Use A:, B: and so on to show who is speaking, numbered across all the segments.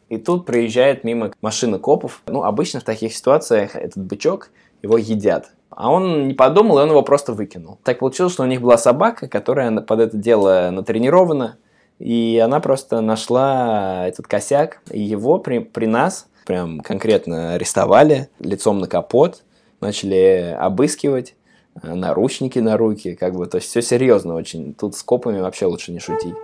A: И тут проезжает мимо машина копов. Обычно в таких ситуациях этот бычок, его едят. А он не подумал, и он его просто выкинул. Так получилось, что у них была собака, которая под это дело натренирована. И она просто нашла этот косяк. И его при нас прям конкретно арестовали лицом на капот. Начали обыскивать. Наручники на руки. То есть все серьезно очень. Тут с копами вообще лучше не шутить.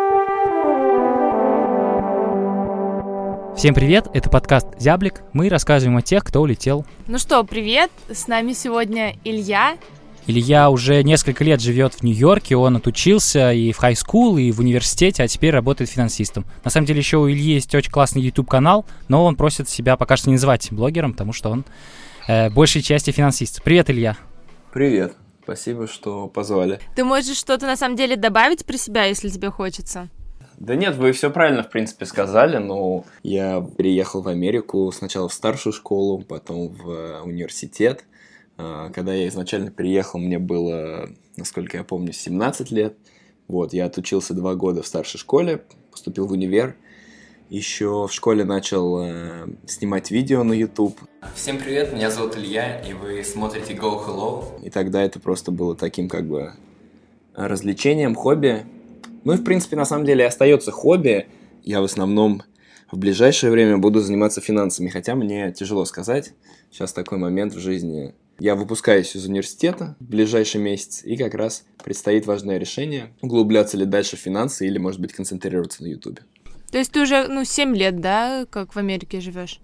B: Всем привет, это подкаст «Зяблик». Мы рассказываем о тех, кто улетел.
C: Ну что, привет, с нами сегодня Илья.
B: Илья уже несколько лет живет в Нью-Йорке, он отучился и в хай-скул, и в университете, а теперь работает финансистом. На самом деле еще у Ильи есть очень классный YouTube-канал, но он просит себя пока что не называть блогером, потому что он большей части финансист. Привет, Илья.
A: Привет, спасибо, что позвали.
C: Ты можешь что-то на самом деле добавить про себя, если тебе хочется?
A: Да нет, вы все правильно, в принципе, сказали, но я переехал в Америку сначала в старшую школу, потом в университет. Когда я изначально переехал, мне было, насколько я помню, 17 лет. Я отучился 2 года в старшей школе, поступил в универ. Еще в школе начал снимать видео на YouTube. Всем привет, меня зовут Илья, и вы смотрите Go Hello. И тогда это просто было таким развлечением, хобби. И, в принципе, на самом деле остается хобби. Я в основном в ближайшее время буду заниматься финансами, хотя мне тяжело сказать. Сейчас такой момент в жизни. Я выпускаюсь из университета в ближайший месяц, и как раз предстоит важное решение, углубляться ли дальше в финансы или, может быть, концентрироваться на Ютубе.
C: То есть ты уже 7 лет, да, как в Америке живешь?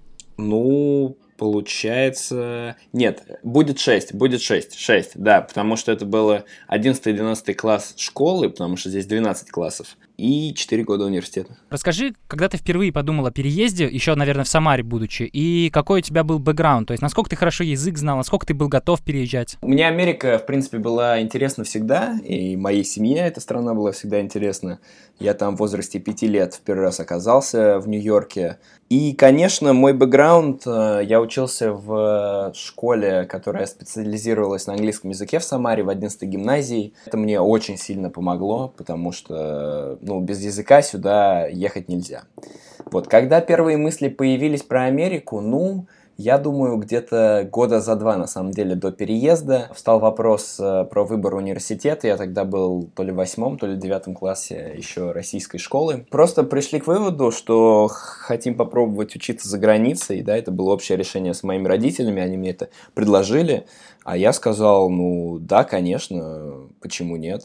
A: Получается... Нет, будет 6, да, потому что это было 11-12 класс школы, потому что здесь 12 классов, и 4 года университета.
B: Расскажи, когда ты впервые подумал о переезде, еще, наверное, в Самаре будучи, и какой у тебя был бэкграунд, то есть насколько ты хорошо язык знал, насколько ты был готов переезжать?
A: Мне Америка, в принципе, была интересна всегда, и моей семье эта страна была всегда интересна. Я там в возрасте 5 лет в первый раз оказался в Нью-Йорке. И, конечно, мой бэкграунд, я учился в школе, которая специализировалась на английском языке в Самаре, в 11-й гимназии. Это мне очень сильно помогло, потому что, без языка сюда ехать нельзя. Когда первые мысли появились про Америку, я думаю, где-то года за 2, на самом деле, до переезда встал вопрос про выбор университета. Я тогда был то ли в 8, то ли в 9 классе еще российской школы. Просто пришли к выводу, что хотим попробовать учиться за границей. Да, это было общее решение с моими родителями, они мне это предложили. А я сказал, да, конечно, почему нет?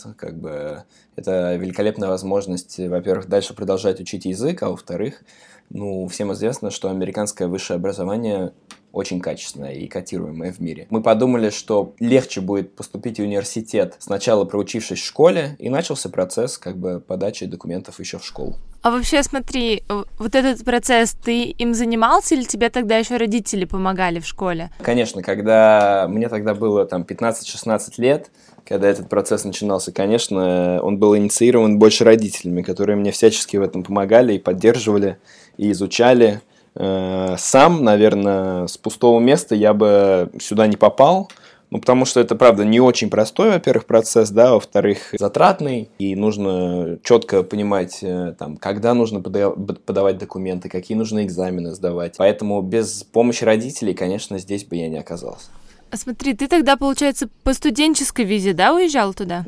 A: Это великолепная возможность, во-первых, дальше продолжать учить язык, а во-вторых, всем известно, что американское высшее образование очень качественное и котируемое в мире. Мы подумали, что легче будет поступить в университет, сначала проучившись в школе, и начался процесс подачи документов еще в школу.
C: А вообще, смотри, этот процесс, ты им занимался или тебе тогда еще родители помогали в школе?
A: Конечно, когда мне тогда было 15-16 лет, когда этот процесс начинался, конечно, он был инициирован больше родителями, которые мне всячески в этом помогали и поддерживали, и изучали. Сам, наверное, с пустого места я бы сюда не попал, потому что это, правда, не очень простой, во-первых, процесс, да, во-вторых, затратный, и нужно четко понимать, когда нужно подавать документы, какие нужно экзамены сдавать. Поэтому без помощи родителей, конечно, здесь бы я не оказался.
C: А смотри, ты тогда, получается, по студенческой визе, да, уезжал туда?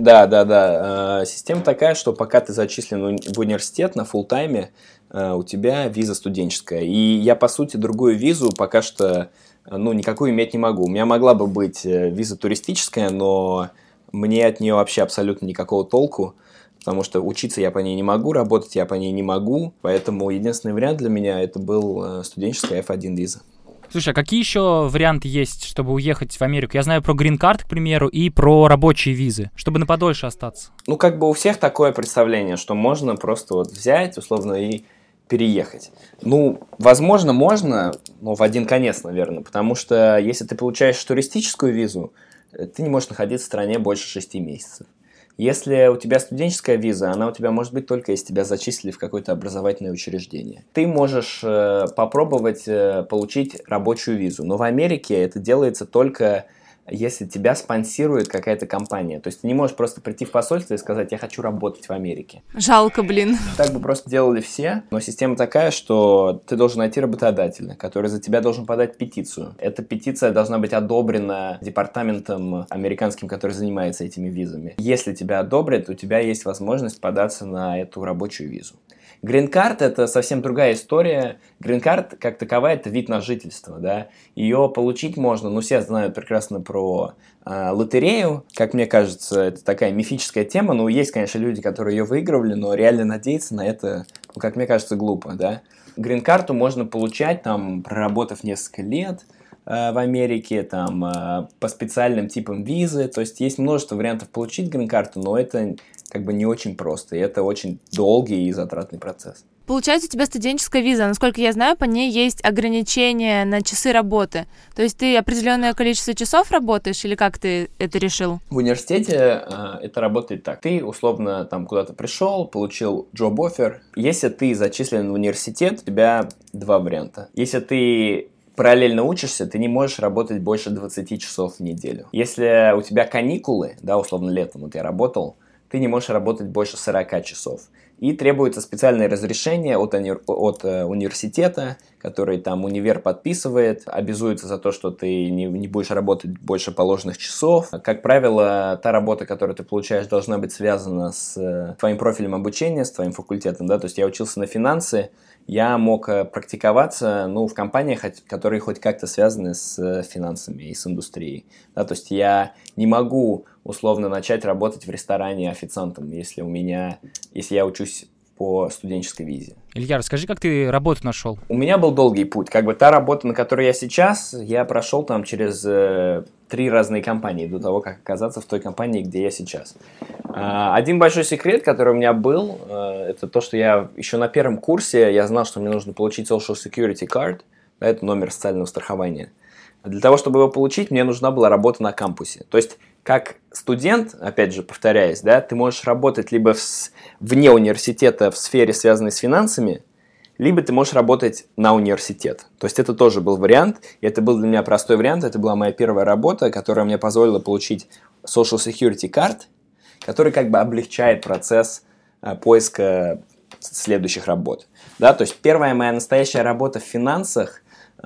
A: Да. Система такая, что пока ты зачислен в университет на фулл-тайме, у тебя виза студенческая. И я, по сути, другую визу пока что никакую иметь не могу. У меня могла бы быть виза туристическая, но мне от нее вообще абсолютно никакого толку, потому что учиться я по ней не могу, работать я по ней не могу. Поэтому единственный вариант для меня это был студенческая F1 виза.
B: Слушай, а какие еще варианты есть, чтобы уехать в Америку? Я знаю про грин-карт, к примеру, и про рабочие визы, чтобы на подольше остаться.
A: У всех такое представление, что можно просто взять, условно, и переехать. Возможно, можно, но в один конец, наверное, потому что если ты получаешь туристическую визу, ты не можешь находиться в стране больше 6 месяцев. Если у тебя студенческая виза, она у тебя может быть только если тебя зачислили в какое-то образовательное учреждение. Ты можешь попробовать получить рабочую визу, но в Америке это делается только если тебя спонсирует какая-то компания. То есть ты не можешь просто прийти в посольство и сказать: я хочу работать в Америке.
C: Жалко, блин.
A: Так бы просто делали все, но система такая, что ты должен найти работодателя, который за тебя должен подать петицию. Эта петиция должна быть одобрена департаментом американским, который занимается этими визами. Если тебя одобрят, у тебя есть возможность податься на эту рабочую визу. Грин-карт – это совсем другая история. Грин-карт, как таковая, это вид на жительство, да. Ее получить можно, ну, все знают прекрасно про лотерею. Как мне кажется, это такая мифическая тема. Ну, есть, конечно, люди, которые ее выигрывали, но реально надеяться на это, ну, как мне кажется, глупо, да. Грин-карту можно получать, там, проработав несколько лет в Америке, там, по специальным типам визы. То есть есть множество вариантов получить грин-карту, но это как бы не очень просто, и это очень долгий и затратный процесс.
C: Получается, у тебя студенческая виза. Насколько я знаю, по ней есть ограничения на часы работы. То есть ты определенное количество часов работаешь, или как ты это решил?
A: В университете это работает так. Ты условно там куда-то пришел, получил job offer. Если ты зачислен в университет, у тебя два варианта. Если ты параллельно учишься, ты не можешь работать больше 20 часов в неделю. Если у тебя каникулы, да, условно летом вот я работал, ты не можешь работать больше 40 часов. И требуется специальное разрешение от университета, который там универ подписывает, обязуется за то, что ты не будешь работать больше положенных часов. Как правило, та работа, которую ты получаешь, должна быть связана с твоим профилем обучения, с твоим факультетом. Да? То есть я учился на финансы, я мог практиковаться, ну, в компаниях, которые хоть как-то связаны с финансами и с индустрией. Да? То есть я не могу условно начать работать в ресторане официантом, если я учусь по студенческой визе.
B: Илья, расскажи, как ты работу нашел?
A: У меня был долгий путь. Как бы та работа, на которой я сейчас, я прошел там через 3 разные компании до того, как оказаться в той компании, где я сейчас. Один большой секрет, который у меня был, это то, что я еще на первом курсе, я знал, что мне нужно получить Social Security Card, это номер социального страхования. Для того, чтобы его получить, мне нужна была работа на кампусе. То есть, как студент, опять же, повторяюсь, да, ты можешь работать либо вне университета в сфере, связанной с финансами, либо ты можешь работать на университет. То есть, это тоже был вариант, и это был для меня простой вариант. Это была моя первая работа, которая мне позволила получить Social Security Card, который как бы облегчает процесс поиска следующих работ. Да, то есть, первая моя настоящая работа в финансах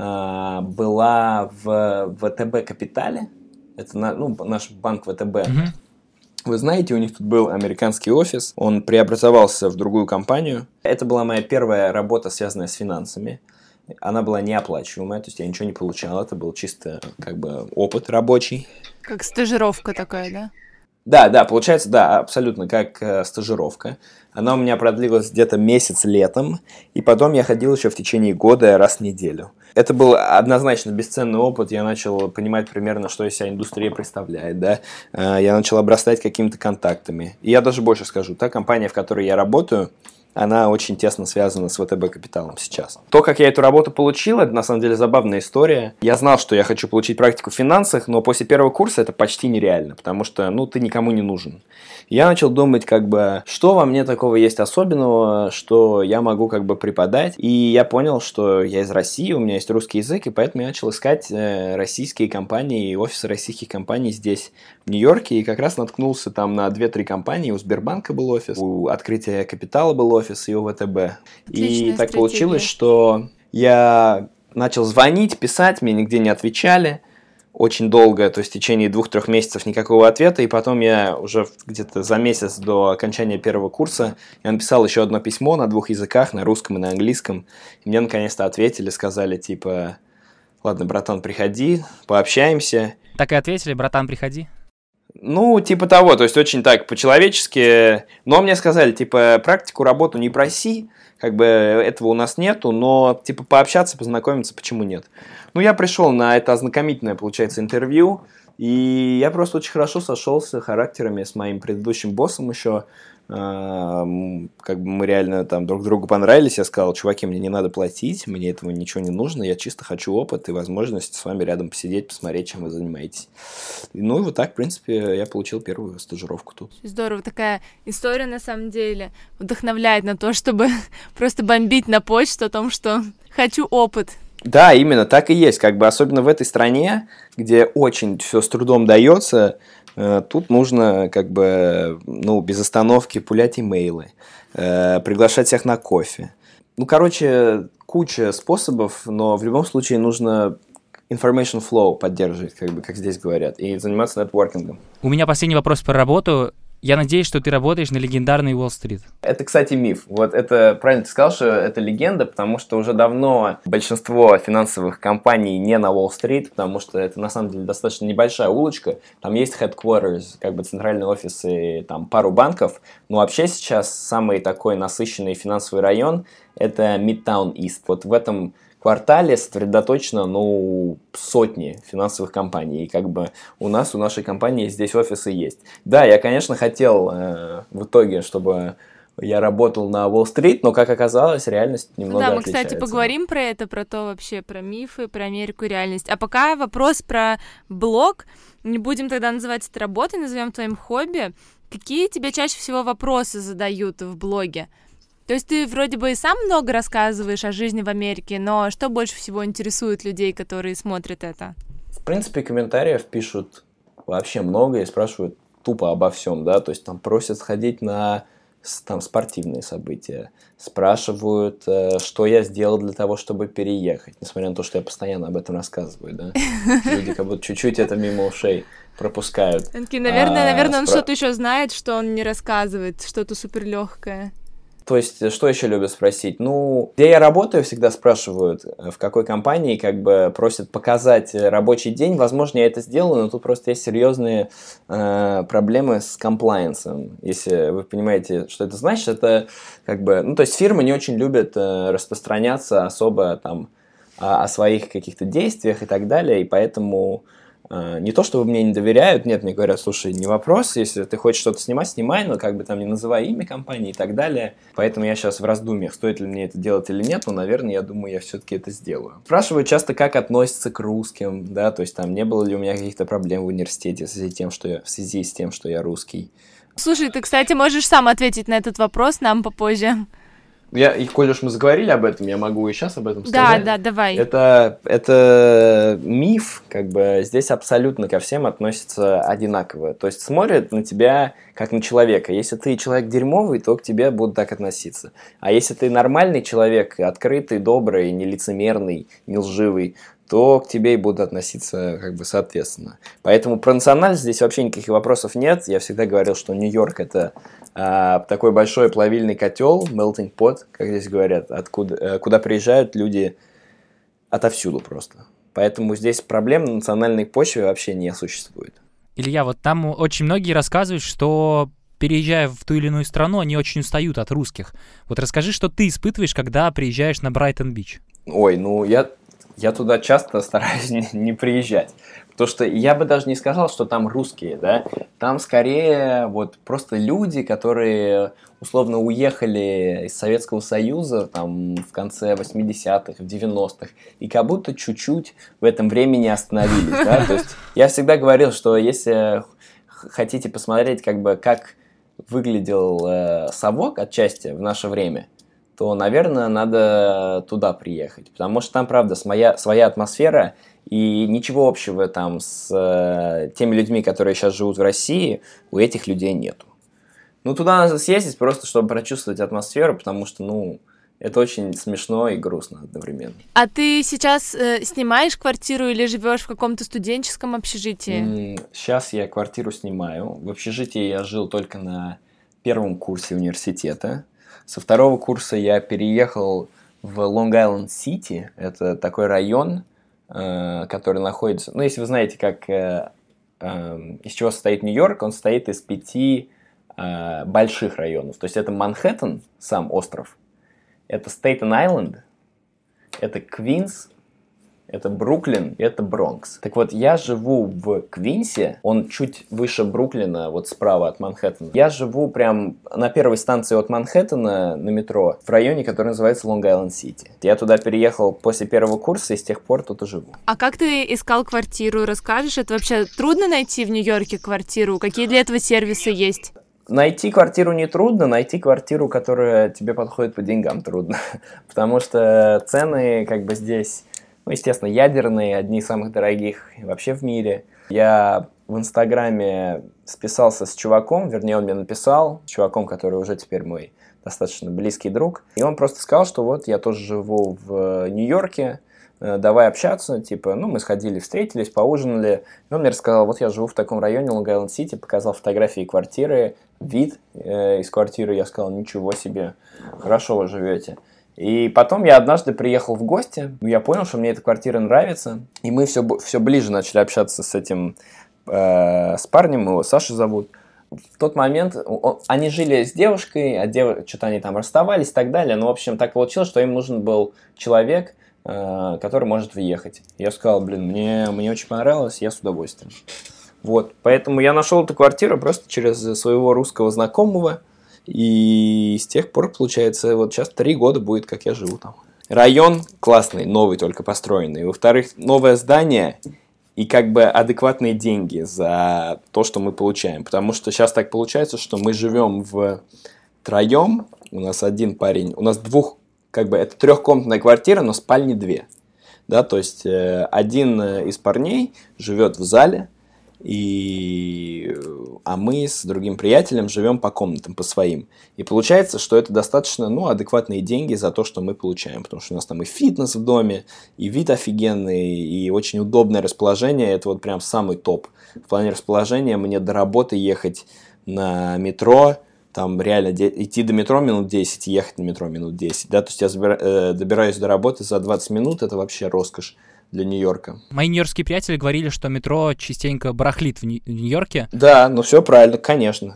A: была в ВТБ Капитале. Это наш банк ВТБ.
B: Угу.
A: Вы знаете, у них тут был американский офис. Он преобразовался в другую компанию. Это была моя первая работа, связанная с финансами. Она была неоплачиваемая, то есть я ничего не получал. Это был чисто как бы опыт рабочий.
C: Как стажировка такая, да?
A: Да, получается, да, абсолютно как стажировка. Она у меня продлилась где-то месяц летом, и потом я ходил еще в течение года раз в неделю. Это был однозначно бесценный опыт, я начал понимать примерно, что из себя индустрия представляет, да. Я начал обрастать какими-то контактами. И я даже больше скажу, та компания, в которой я работаю, она очень тесно связана с ВТБ Капиталом сейчас. То, как я эту работу получил, это на самом деле забавная история. Я знал, что я хочу получить практику в финансах, но после первого курса это почти нереально, потому что, ты никому не нужен. Я начал думать, как бы, что во мне такого есть особенного, что я могу как бы преподать. И я понял, что я из России, у меня есть русский язык, и поэтому я начал искать российские компании и офисы российских компаний здесь, в Нью-Йорке, и как раз наткнулся там на 2-3 компании. У Сбербанка был офис, у Открытия Капитала был офис и у ВТБ. И так получилось, что я начал звонить, писать, мне нигде не отвечали. Очень долго, то есть в течение 2-3 месяцев никакого ответа, и потом я уже где-то за месяц до окончания первого курса я написал еще одно письмо на 2 языках, на русском и на английском, и мне наконец-то ответили, сказали типа: ладно, братан, приходи, пообщаемся.
B: Так и ответили: братан, приходи?
A: Типа того, то есть очень так по-человечески, но мне сказали, типа, практику, работу не проси, как бы этого у нас нету, но типа пообщаться, познакомиться, почему нет? Я пришел на это ознакомительное, получается, интервью, и я просто очень хорошо сошелся характерами с моим предыдущим боссом еще. Как бы мы реально там друг другу понравились. Я сказал: чуваки, мне не надо платить, мне этого ничего не нужно, я чисто хочу опыт и возможность с вами рядом посидеть, посмотреть, чем вы занимаетесь. И вот так, в принципе, я получил первую стажировку тут.
C: Здорово, такая история на самом деле вдохновляет на то, чтобы просто бомбить на почту о том, что хочу опыт.
A: Да, именно так и есть. Как бы особенно в этой стране, где очень все с трудом дается, тут нужно как бы, ну, без остановки пулять имейлы, приглашать всех на кофе. Ну, короче, куча способов, но в любом случае нужно information flow поддерживать, как бы, как здесь говорят, и заниматься нетворкингом.
B: У меня последний вопрос про работу. Я надеюсь, что ты работаешь на легендарной Уолл-стрит.
A: Это, кстати, миф. Вот это правильно ты сказал, что это легенда, потому что уже давно большинство финансовых компаний не на Уолл-стрит, потому что это на самом деле достаточно небольшая улочка. Там есть headquarters, как бы центральные офисы, там пару банков. Но вообще сейчас самый такой насыщенный финансовый район – это Midtown East. Вот в этом квартале сосредоточено, ну, сотни финансовых компаний. И как бы у нашей компании здесь офисы есть. Да, я, конечно, хотел в итоге, чтобы я работал на Уолл-стрит, но, как оказалось, реальность немного отличается.
C: Да, мы, кстати, поговорим про это, про то вообще, про мифы, про Америку и реальность. А пока вопрос про блог. Не будем тогда называть это работой, назовем твоим хобби. Какие тебе чаще всего вопросы задают в блоге? То есть ты вроде бы и сам много рассказываешь о жизни в Америке, но что больше всего интересует людей, которые смотрят это?
A: В принципе, комментариев пишут вообще много и спрашивают тупо обо всем, да, то есть там просят сходить на там спортивные события, спрашивают, что я сделал для того, чтобы переехать, несмотря на то, что я постоянно об этом рассказываю, да. Люди как будто чуть-чуть это мимо ушей пропускают.
C: Наверное, он что-то еще знает, что он не рассказывает, что-то суперлегкое.
A: То есть, что еще любят спросить? Ну, где я работаю, всегда спрашивают, в какой компании, как бы просят показать рабочий день. Возможно, я это сделаю, но тут просто есть серьезные проблемы с комплайенсом. Если вы понимаете, что это значит, это как бы... Ну, то есть, фирмы не очень любят распространяться особо там о своих каких-то действиях и так далее, и поэтому... Не то, чтобы мне не доверяют, нет, мне говорят, слушай, не вопрос, если ты хочешь что-то снимать, снимай, но как бы там не называй имя компании и так далее. Поэтому я сейчас в раздумьях, стоит ли мне это делать или нет, но, наверное, я думаю, я все-таки это сделаю. Спрашивают часто, как относятся к русским, да, то есть там не было ли у меня каких-то проблем в университете в связи с тем, что я русский.
C: Слушай, ты, кстати, можешь сам ответить на этот вопрос нам попозже.
A: И коль уж мы заговорили об этом, я могу и сейчас об этом сказать.
C: Да, давай.
A: Это миф, как бы здесь абсолютно ко всем относится одинаково. То есть смотрят на тебя как на человека. Если ты человек дерьмовый, то к тебе будут так относиться. А если ты нормальный человек, открытый, добрый, не лицемерный, не лживый, то к тебе и будут относиться как бы соответственно. Поэтому про национальность здесь вообще никаких вопросов нет. Я всегда говорил, что Нью-Йорк это такой большой плавильный котел, melting pot, как здесь говорят, куда приезжают люди отовсюду просто. Поэтому здесь проблем на национальной почве вообще не существует.
B: Илья, вот там очень многие рассказывают, что переезжая в ту или иную страну, они очень устают от русских. Вот расскажи, что ты испытываешь, когда приезжаешь на Брайтон-Бич.
A: Ой, ну я туда часто стараюсь не приезжать. Потому что я бы даже не сказал, что там русские, да. Там скорее вот просто люди, которые условно уехали из Советского Союза там в конце 80-х, в 90-х, и как будто чуть-чуть в этом времени остановились, да. То есть я всегда говорил, что если хотите посмотреть, как бы, как выглядел совок отчасти в наше время, то, наверное, надо туда приехать. Потому что там, правда, своя атмосфера, и ничего общего там с теми людьми, которые сейчас живут в России, у этих людей нету. Ну, туда надо съездить просто, чтобы прочувствовать атмосферу, потому что, ну, это очень смешно и грустно одновременно.
C: А ты сейчас снимаешь квартиру или живешь в каком-то студенческом общежитии?
A: Сейчас я квартиру снимаю. В общежитии я жил только на первом курсе университета. Со второго курса я переехал в Лонг-Айленд-Сити. Это такой район, который находится... Ну, если вы знаете, как из чего состоит Нью-Йорк, он состоит из 5 больших районов. То есть это Манхэттен, сам остров, это Стейтен-Айленд, это Квинс, это Бруклин, и это Бронкс. Так вот, я живу в Квинсе, он чуть выше Бруклина, вот справа от Манхэттена. Я живу прям на первой станции от Манхэттена на метро, в районе, который называется Лонг-Айленд-Сити. Я туда переехал после первого курса и с тех пор тут и живу.
C: А как ты искал квартиру? Расскажешь? Это вообще трудно найти в Нью-Йорке квартиру? Какие для этого сервисы есть?
A: Найти квартиру не трудно, найти квартиру, которая тебе подходит по деньгам, трудно. Потому что цены как бы здесь Ну, естественно, ядерные, одни из самых дорогих вообще в мире. Я в Инстаграме списался с чуваком, вернее, он мне написал, с чуваком, который уже теперь мой достаточно близкий друг. И он просто сказал, что вот я тоже живу в Нью-Йорке, давай общаться, типа, ну, мы сходили, встретились, поужинали. И он мне рассказал, вот я живу в таком районе, Лонг-Айленд-Сити, показал фотографии квартиры, вид из квартиры. Я сказал, ничего себе, хорошо вы живете. И потом я однажды приехал в гости, я понял, что мне эта квартира нравится, и мы все ближе начали общаться с этим, с парнем, его Саша зовут. В тот момент они жили с девушкой, что-то они там расставались и так далее, но, в общем, так получилось, что им нужен был человек, который может въехать. Я сказал, мне очень понравилось, я с удовольствием. Вот, поэтому я нашел эту квартиру просто через своего русского знакомого, и с тех пор, получается, вот сейчас 3 года будет, как я живу там. Район классный, новый только построенный. Во-вторых, новое здание и как бы адекватные деньги за то, что мы получаем. Потому что сейчас так получается, что мы живем втроем, у нас один парень, у нас это 3-комнатная квартира, но спальни 2. Да, то есть один из парней живет в зале, а мы с другим приятелем живем по комнатам, по своим. И получается, что это достаточно, адекватные деньги за то, что мы получаем. Потому что у нас там и фитнес в доме, и вид офигенный, и очень удобное расположение. Это вот прям самый топ. В плане расположения мне до работы ехать на метро, там реально идти до метро минут 10, ехать на метро минут 10. Да? То есть я добираюсь до работы за 20 минут, это вообще роскошь для Нью-Йорка.
B: Мои нью-йоркские приятели говорили, что метро частенько барахлит в Нью-Йорке.
A: Да, все правильно, конечно.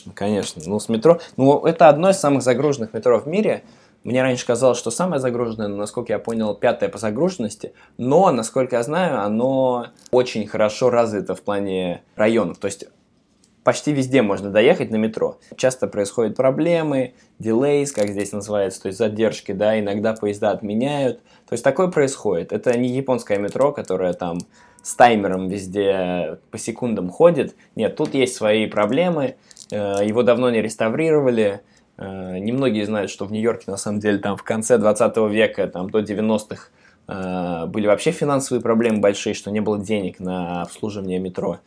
A: С метро... это одно из самых загруженных метро в мире. Мне раньше казалось, что самое загруженное, но, насколько я понял, 5-е по загруженности. Но, насколько я знаю, оно очень хорошо развито в плане районов. То есть почти везде можно доехать на метро. Часто происходят проблемы, delays, как здесь называется, то есть задержки, да, иногда поезда отменяют. То есть такое происходит. Это не японское метро, которое там с таймером везде по секундам ходит. Нет, тут есть свои проблемы, его давно не реставрировали. Немногие знают, что в Нью-Йорке, на самом деле, там в конце 20 века, там до 90-х были вообще финансовые проблемы большие, что не было денег на обслуживание метро.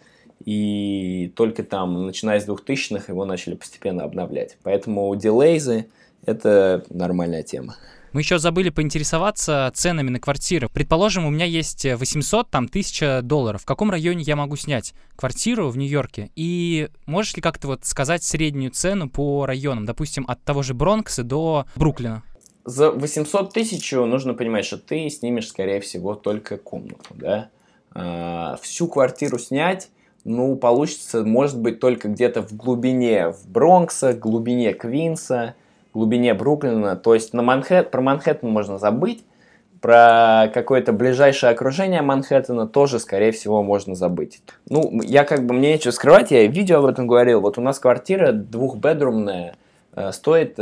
A: И только там, начиная с 2000-х, его начали постепенно обновлять. Поэтому дилейзы – это нормальная тема.
B: Мы еще забыли поинтересоваться ценами на квартиры. Предположим, у меня есть 800, там, $1000. В каком районе я могу снять квартиру в Нью-Йорке? И можешь ли как-то вот сказать среднюю цену по районам? Допустим, от того же Бронкса до Бруклина.
A: За 800 тысяч нужно понимать, что ты снимешь, скорее всего, только комнату, да? Всю квартиру снять, получится, может быть, только где-то в глубине в Бронкса, глубине Квинса, глубине Бруклина. То есть про Манхэттен можно забыть, про какое-то ближайшее окружение Манхэттена тоже, скорее всего, можно забыть. Мне нечего скрывать, я и в видео об этом говорил. Вот у нас квартира 2-бедрумная стоит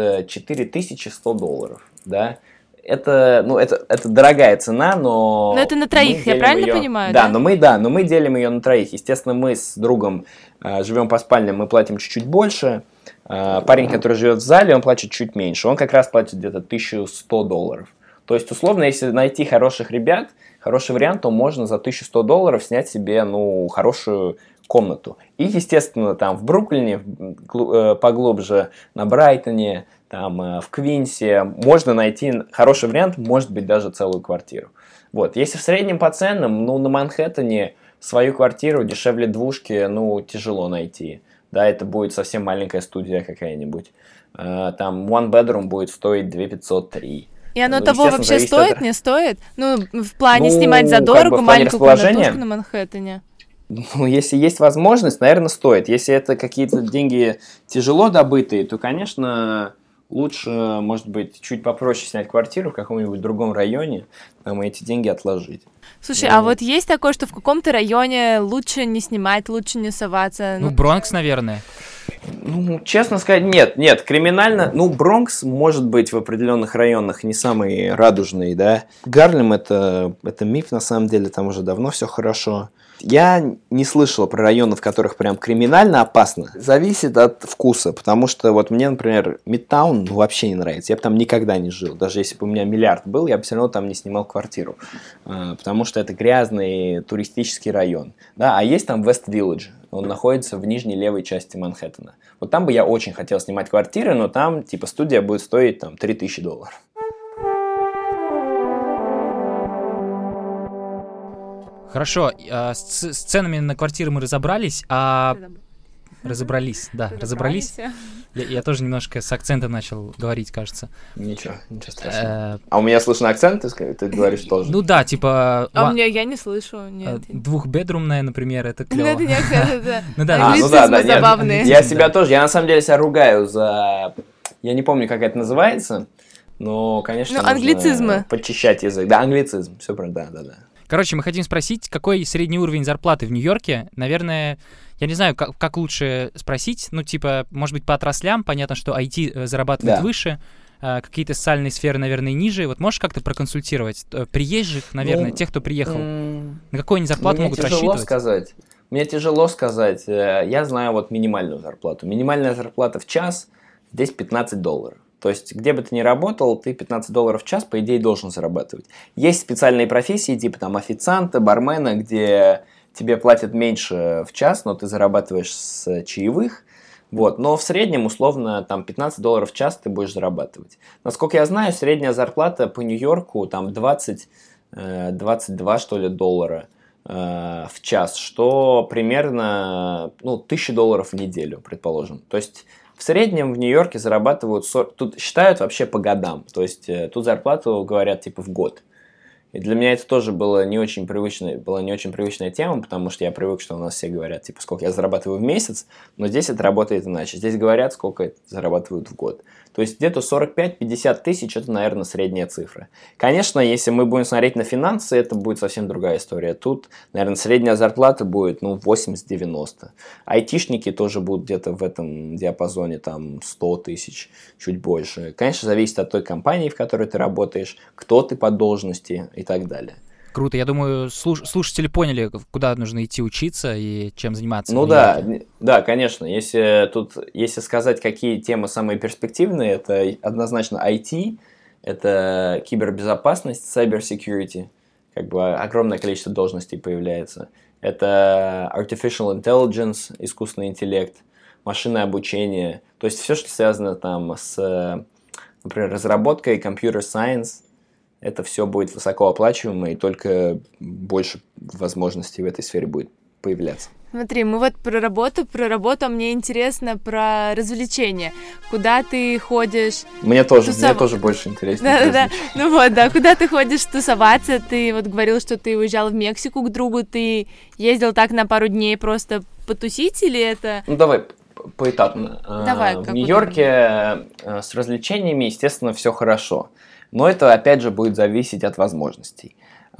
A: $4100, да? Это дорогая цена, но...
C: Но это на троих, я правильно понимаю?
A: Да, но мы делим ее на троих. Естественно, мы с другом живем по спальням, мы платим чуть-чуть больше. Парень, который живет в зале, он платит чуть меньше. Он как раз платит где-то $1100. То есть, условно, если найти хороших ребят, хороший вариант, то можно за $1100 снять себе, хорошую комнату. И, естественно, там в Бруклине, поглубже, на Брайтоне, там в Квинсе можно найти хороший вариант, может быть, даже целую квартиру. Вот. Если в среднем по ценам, на Манхэттене свою квартиру дешевле двушки, тяжело найти. Да, это будет совсем маленькая студия какая-нибудь. Там one bedroom будет стоить 2500-3.
C: И оно того вообще стоит, не стоит? В плане снимать задорого маленькую комнатушку на Манхэттене.
A: Если есть возможность, наверное, стоит. Если это какие-то деньги тяжело добытые, то, конечно, лучше, может быть, чуть попроще снять квартиру в каком-нибудь другом районе, там, и эти деньги отложить.
C: Слушай, а вот есть такое, что в каком-то районе лучше не снимать, лучше не соваться?
B: Бронкс, наверное.
A: Ну, честно сказать, нет, криминально, ну, Бронкс может быть в определенных районах не самый радужный, да. Гарлем это миф, на самом деле, там уже давно все хорошо. Я не слышал про районы, в которых прям криминально опасно. Зависит от вкуса, потому что вот мне, например, Мидтаун вообще не нравится. Я бы там никогда не жил. Даже если бы у меня миллиард был, я бы все равно там не снимал квартиру. Потому что это грязный туристический район. Да, а есть там Вест-Виллидж. Он находится в нижней левой части Манхэттена. Вот там бы я очень хотел снимать квартиры, но там типа студия будет стоить там $3000.
B: Хорошо, с ценами на квартиры мы разобрались, разобрались. Я тоже немножко с акцентом начал говорить, кажется.
A: Ничего страшного. А у меня слышно акцент, ты говоришь тоже?
B: Ну да, типа...
C: А у меня я не слышу, нет.
B: Двухбедрумная, например, это клево.
C: Это не акцент, это
A: англицизмы
C: забавные.
A: Я себя тоже, я на самом деле себя ругаю за... Я не помню, как это называется, но, конечно,
C: англицизмы.
A: Подчищать язык. Да, англицизм, все правда, да.
B: Короче, мы хотим спросить, какой средний уровень зарплаты в Нью-Йорке? Наверное, я не знаю, как лучше спросить. Ну, типа, может быть, по отраслям. Понятно, что IT зарабатывает выше, какие-то социальные сферы, наверное, ниже. Вот можешь как-то проконсультировать приезжих, наверное, тех, кто приехал? На какую они зарплату могут рассчитывать?
A: Мне тяжело сказать. Я знаю вот минимальную зарплату. Минимальная зарплата в час здесь $15. То есть, где бы ты ни работал, ты $15 в час, по идее, должен зарабатывать. Есть специальные профессии, типа там официанта, бармена, где тебе платят меньше в час, но ты зарабатываешь с чаевых. Вот. Но в среднем, условно, там $15 в час ты будешь зарабатывать. Насколько я знаю, средняя зарплата по Нью-Йорку там 22, что ли, доллара в час, что примерно $1000 в неделю, предположим. То есть, в среднем в Нью-Йорке зарабатывают, тут считают вообще по годам, то есть тут зарплату говорят типа в год. И для меня это тоже была не очень привычная тема, потому что я привык, что у нас все говорят, типа, сколько я зарабатываю в месяц, но здесь это работает иначе. Здесь говорят, сколько зарабатывают в год. То есть где-то 45-50 тысяч – это, наверное, средняя цифра. Конечно, если мы будем смотреть на финансы, это будет совсем другая история. Тут, наверное, средняя зарплата будет 80-90. Айтишники тоже будут где-то в этом диапазоне, там 100 тысяч, чуть больше. Конечно, зависит от той компании, в которой ты работаешь, кто ты по должности и так далее.
B: Круто. Я думаю, слушатели поняли, куда нужно идти учиться и чем заниматься.
A: Ну да, конечно. Если сказать, какие темы самые перспективные, это однозначно IT, это кибербезопасность, cyber security, как бы огромное количество должностей появляется. Это artificial intelligence, искусственный интеллект, машинное обучение. То есть все, что связано там с, например, разработкой, computer science. Это все будет высокооплачиваемо, и только больше возможностей в этой сфере будет появляться.
C: Смотри, мы вот про работу, а мне интересно про развлечения. Куда ты ходишь?
A: Мне тоже больше интересно.
C: Да. Ну вот, да, куда ты ходишь тусоваться? Ты вот говорил, что ты уезжал в Мексику к другу, ты ездил так на пару дней просто потусить, или это...
A: Ну давай поэтапно.
C: Давай,
A: в Нью-Йорке с развлечениями, естественно, все хорошо. Но это, опять же, будет зависеть от возможностей.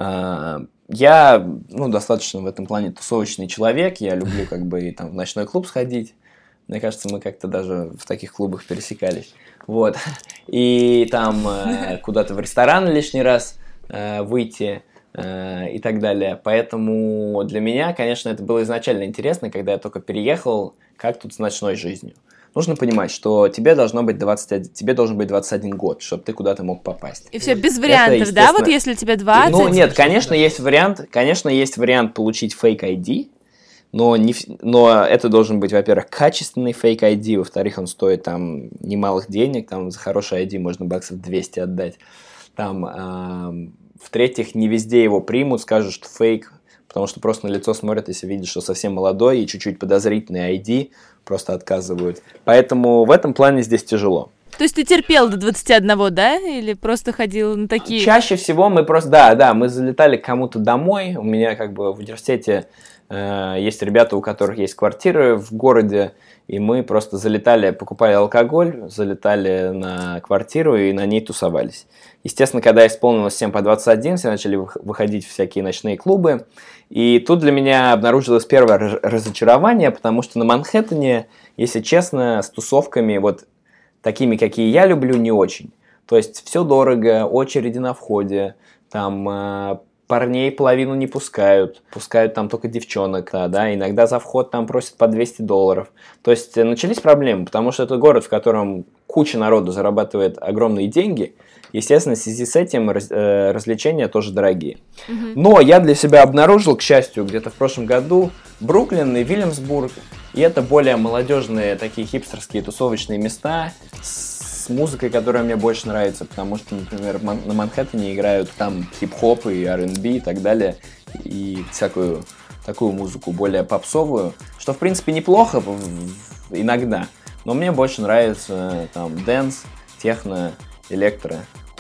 A: Я, достаточно в этом плане тусовочный человек. Я люблю как бы и там в ночной клуб сходить. Мне кажется, мы как-то даже в таких клубах пересекались. Вот. И там куда-то в ресторан лишний раз выйти и так далее. Поэтому для меня, конечно, это было изначально интересно, когда я только переехал, как тут с ночной жизнью. Нужно понимать, что тебе должен быть 21 год, чтобы ты куда-то мог попасть.
C: И все без вариантов, да? Вот если тебе 20?
A: Ну, нет, конечно, есть вариант получить фейк ID, но это должен быть, во-первых, качественный фейк ID, во-вторых, он стоит там немалых денег, там за хороший ID можно баксов 200 отдать. Там, в-третьих, не везде его примут, скажут, что фейк, потому что просто на лицо смотрят, если видят, что совсем молодой и чуть-чуть подозрительный ID, просто отказывают. Поэтому в этом плане здесь тяжело.
C: То есть ты терпел до 21, да? Или просто ходил на такие...
A: Чаще всего мы просто, мы залетали к кому-то домой. У меня как бы в университете есть ребята, у которых есть квартиры в городе, и мы просто залетали, покупали алкоголь, залетали на квартиру и на ней тусовались. Естественно, когда исполнилось всем по 21, все начали выходить в всякие ночные клубы, и тут для меня обнаружилось первое разочарование, потому что на Манхэттене, если честно, с тусовками вот такими, какие я люблю, не очень. То есть все дорого, очереди на входе, там парней половину не пускают там только девчонок, да, иногда за вход там просят по $200. То есть начались проблемы, потому что это город, в котором куча народу зарабатывает огромные деньги. Естественно, в связи с этим развлечения тоже дорогие. Но я для себя обнаружил, к счастью, где-то в прошлом году Бруклин и Вильямсбург, и это более молодежные такие хипстерские тусовочные места с музыкой, которая мне больше нравится, потому что, например, на Манхэттене играют там хип-хоп и R&B и так далее, и всякую такую музыку более попсовую, что в принципе неплохо иногда, но мне больше нравится там дэнс, техно, электро,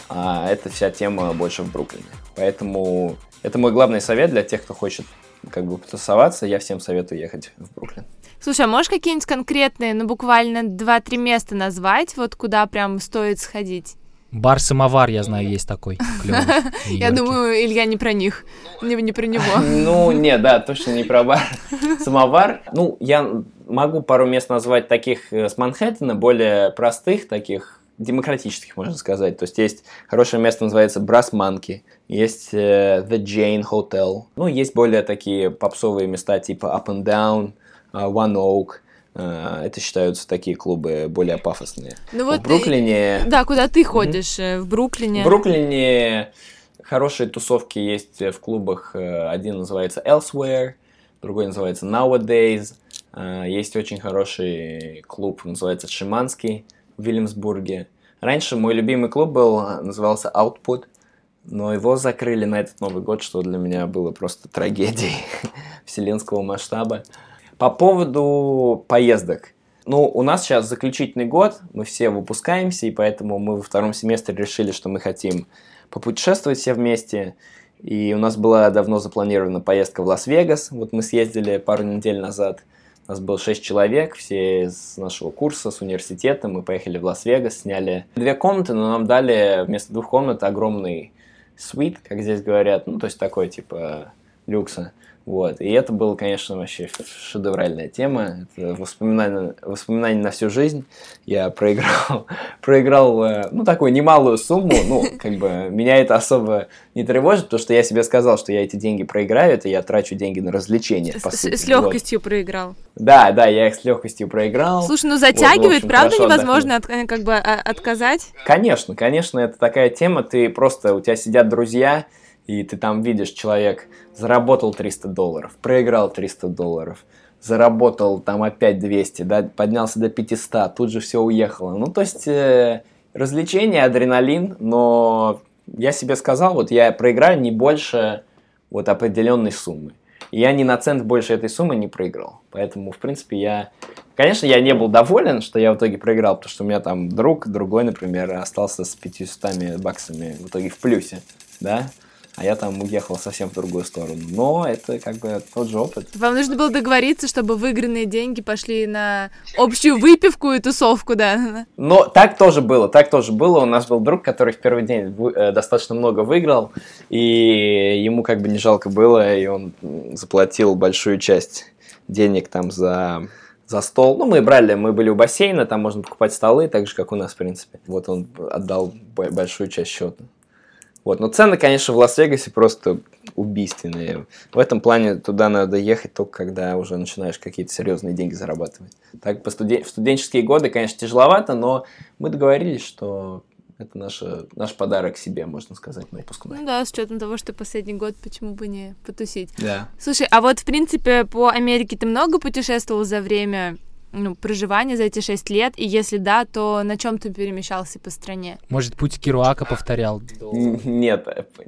A: а эта вся тема больше в Бруклине. Поэтому это мой главный совет для тех, кто хочет как бы потусоваться, я всем советую ехать в Бруклин.
C: Слушай, а можешь какие-нибудь конкретные, буквально 2-3 места назвать, вот куда прям стоит сходить?
B: Бар-самовар, я знаю, есть такой клёвый.
C: Я думаю, Илья не про них, не про него.
A: Ну, нет, да, точно не про бар-самовар. Ну, я могу пару мест назвать таких с Манхэттена, более простых, таких демократических, можно сказать. То есть хорошее место, называется Brass Monkey, есть The Jane Hotel. Ну, есть более такие попсовые места, типа Up and Down, One Oak. Это считаются такие клубы более пафосные.
C: Ну, вот
A: в Бруклине...
C: Да, куда ты ходишь в Бруклине?
A: В Бруклине хорошие тусовки есть в клубах. Один называется Elsewhere, другой называется Nowadays. Есть очень хороший клуб, называется Шиманский в Вильямсбурге. Раньше мой любимый клуб назывался Output, но его закрыли на этот Новый год, что для меня было просто трагедией вселенского масштаба. По поводу поездок. Ну, у нас сейчас заключительный год, мы все выпускаемся, и поэтому мы во втором семестре решили, что мы хотим попутешествовать все вместе. И у нас была давно запланирована поездка в Лас-Вегас. Вот мы съездили пару недель назад. У нас было 6 человек, все из нашего курса, с университета. Мы поехали в Лас-Вегас, сняли 2 комнаты, но нам дали вместо 2 комнат огромный суит, как здесь говорят. Ну, то есть такой типа люкса. Вот. И это было, конечно, вообще шедевральная тема. Это воспоминание на всю жизнь. Я проиграл, ну, такую немалую сумму. Ну, как бы, меня это особо не тревожит, потому что я себе сказал, что я эти деньги проиграю, это я трачу деньги на развления, по сути.
C: С легкостью проиграл.
A: Да, я их с легкостью проиграл.
C: Слушай, ну затягивает, вот, правда невозможно как бы отказать?
A: Конечно, это такая тема, у тебя сидят друзья, и ты там видишь, человек заработал $300, проиграл $300, заработал там опять 200, да, поднялся до 500, тут же все уехало. Ну, то есть, развлечение, адреналин, но я себе сказал, вот я проиграю не больше вот определенной суммы. И я ни на цент больше этой суммы не проиграл. Поэтому, в принципе, конечно, я не был доволен, что я в итоге проиграл, потому что у меня там другой, например, остался с $500 в итоге в плюсе, да. А я там уехал совсем в другую сторону. Но это как бы тот же опыт.
C: Вам нужно было договориться, чтобы выигранные деньги пошли на общую выпивку и тусовку, да?
A: Но так тоже было. У нас был друг, который в первый день достаточно много выиграл, и ему как бы не жалко было, и он заплатил большую часть денег там за стол. Ну, мы были у бассейна, там можно покупать столы, так же, как у нас, в принципе. Вот он отдал большую часть счета. Вот. Но цены, конечно, в Лас-Вегасе просто убийственные. В этом плане туда надо ехать только когда уже начинаешь какие-то серьезные деньги зарабатывать. Так, в студенческие годы, конечно, тяжеловато, но мы договорились, что это наш подарок себе, можно сказать, на выпускной.
C: Ну да, с учетом того, что последний год, почему бы не потусить.
A: Да.
C: Слушай, а вот, в принципе, по Америке ты много путешествовал за время проживания, за эти 6 лет? И если да, то на чем ты перемещался по стране?
B: Может, путь Керуака повторял?
A: Нет,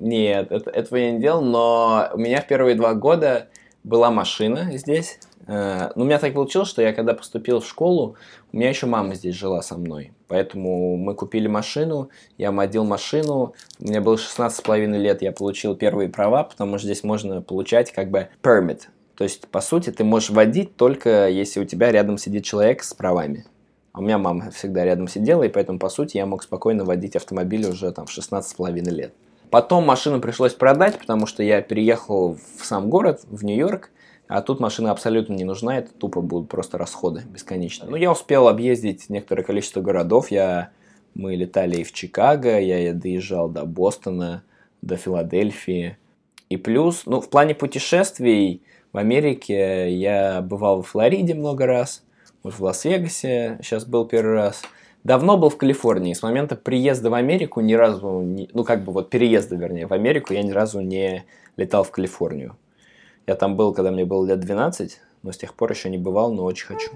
A: этого я не делал, но у меня в первые 2 года была машина здесь. У меня так получилось, что я когда поступил в школу, у меня еще мама здесь жила со мной. Поэтому мы купили машину, я модил машину, мне было 16,5 лет, я получил первые права, потому что здесь можно получать как бы permit. То есть, по сути, ты можешь водить только если у тебя рядом сидит человек с правами. А у меня мама всегда рядом сидела, и поэтому, по сути, я мог спокойно водить автомобиль уже там в 16,5 лет. Потом машину пришлось продать, потому что я переехал в сам город, в Нью-Йорк, а тут машина абсолютно не нужна, это тупо будут просто расходы бесконечные. Но я успел объездить некоторое количество городов, мы летали и в Чикаго, я доезжал до Бостона, до Филадельфии. И плюс, в плане путешествий в Америке я бывал во Флориде много раз, вот в Лас-Вегасе сейчас был первый раз. Давно был в Калифорнии. С момента приезда в Америку ни разу, переезда, вернее, в Америку я ни разу не летал в Калифорнию. Я там был, когда мне было лет 12, но с тех пор еще не бывал, но очень хочу.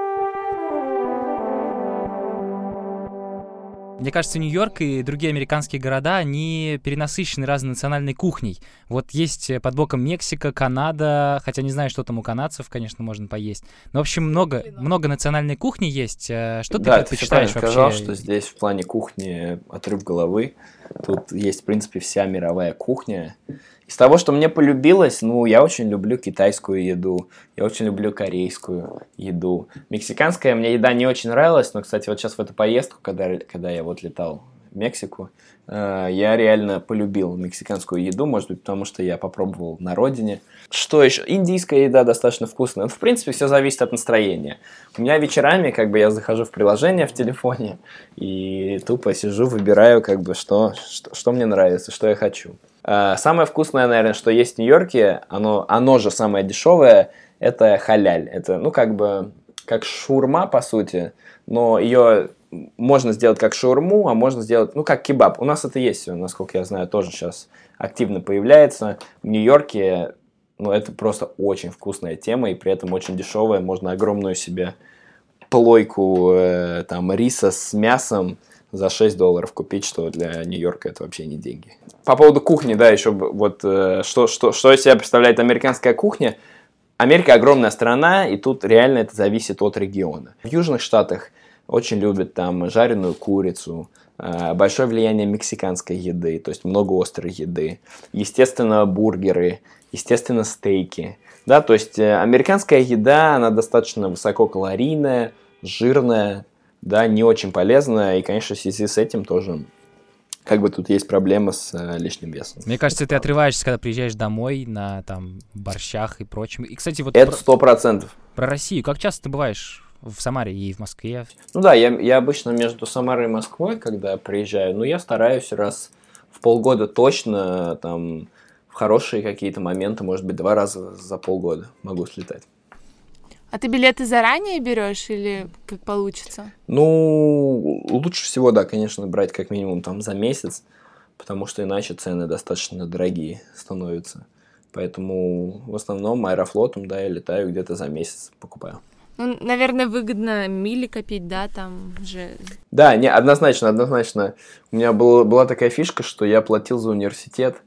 B: Мне кажется, Нью-Йорк и другие американские города, они перенасыщены разной национальной кухней. Вот есть под боком Мексика, Канада, хотя не знаю, что там у канадцев, конечно, можно поесть. Но, в общем, много национальной кухни есть. Что ты предпочитаешь вообще?
A: Да, ты сказал, что здесь в плане кухни отрыв головы. Тут есть, в принципе, вся мировая кухня. Из того, что мне полюбилось, я очень люблю китайскую еду, я очень люблю корейскую еду. Мексиканская мне еда не очень нравилась, но, кстати, вот сейчас в эту поездку, когда я вот летал в Мексику, я реально полюбил мексиканскую еду, может быть, потому что я попробовал на родине. Что еще? Индийская еда достаточно вкусная. В принципе, все зависит от настроения. У меня вечерами, я захожу в приложение в телефоне и тупо сижу, выбираю, что мне нравится, что я хочу. Самое вкусное, наверное, что есть в Нью-Йорке, оно же самое дешевое, это халяль. Это, как шаурма, по сути, но ее можно сделать как шаурму, а можно сделать, как кебаб. У нас это есть, насколько я знаю, тоже сейчас активно появляется. В Нью-Йорке, это просто очень вкусная тема, и при этом очень дешевая. Можно огромную себе плойку риса с мясом за $6 купить, что для Нью-Йорка это вообще не деньги. По поводу кухни, да, еще что из себя представляет американская кухня. Америка огромная страна, и тут реально это зависит от региона. В Южных Штатах очень любят там жареную курицу, большое влияние мексиканской еды, то есть много острой еды, естественно, бургеры, естественно, стейки. Да, то есть американская еда, она достаточно высококалорийная, жирная, да, не очень полезная, и, конечно, в связи с этим тоже тут есть проблема с лишним весом.
B: Мне кажется, ты отрываешься, когда приезжаешь домой на борщах и прочем. И, кстати, вот
A: это 100%.
B: Про Россию. Как часто ты бываешь в Самаре и в Москве?
A: Я обычно между Самарой и Москвой, когда приезжаю, я стараюсь раз в полгода точно, в хорошие какие-то моменты, может быть, 2 раза за полгода могу слетать.
C: А ты билеты заранее берешь или как получится?
A: Лучше всего, да, конечно, брать как минимум за месяц, потому что иначе цены достаточно дорогие становятся. Поэтому в основном Аэрофлотом, да, я летаю где-то за месяц, покупаю.
C: Наверное, выгодно мили копить, да, там же...
A: Да, однозначно. У меня была такая фишка, что я платил за университет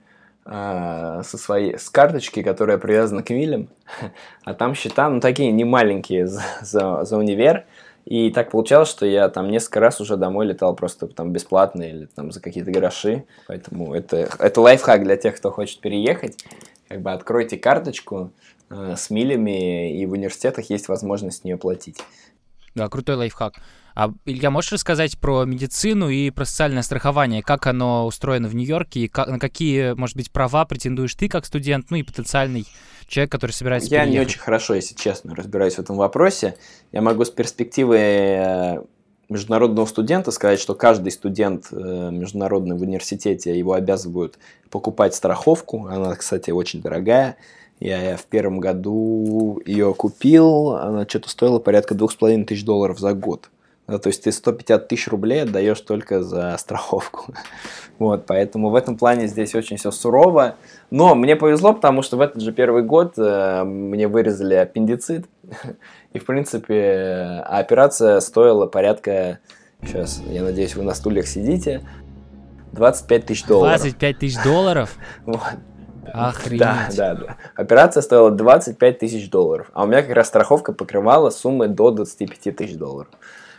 A: с карточки, которая привязана к милям, а там счета, такие не маленькие за универ, и так получалось, что я несколько раз уже домой летал просто бесплатно или за какие-то гроши, поэтому это лайфхак для тех, кто хочет переехать, откройте карточку с милями, и в университетах есть возможность с нее платить.
B: Да, крутой лайфхак. А, Илья, можешь рассказать про медицину и про социальное страхование? Как оно устроено в Нью-Йорке? И на какие, может быть, права претендуешь ты как студент, и потенциальный человек, который собирается переехать?
A: Я не очень хорошо, если честно, разбираюсь в этом вопросе. Я могу с перспективы международного студента сказать, что каждый студент международный в университете, его обязывают покупать страховку. Она, кстати, очень дорогая. Я в первом году ее купил, она что-то стоила порядка $2500 за год. Да, то есть ты 150 тысяч рублей отдаешь только за страховку. Вот, поэтому в этом плане здесь очень все сурово. Но мне повезло, потому что в этот же первый год мне вырезали аппендицит. И, в принципе, операция стоила порядка, сейчас, я надеюсь, вы на стульях сидите, $25 тысяч.
B: $25 тысяч?
A: Вот.
B: Охренеть.
A: Да. Операция стоила $25 тысяч. А у меня как раз страховка покрывала суммы до $25 тысяч.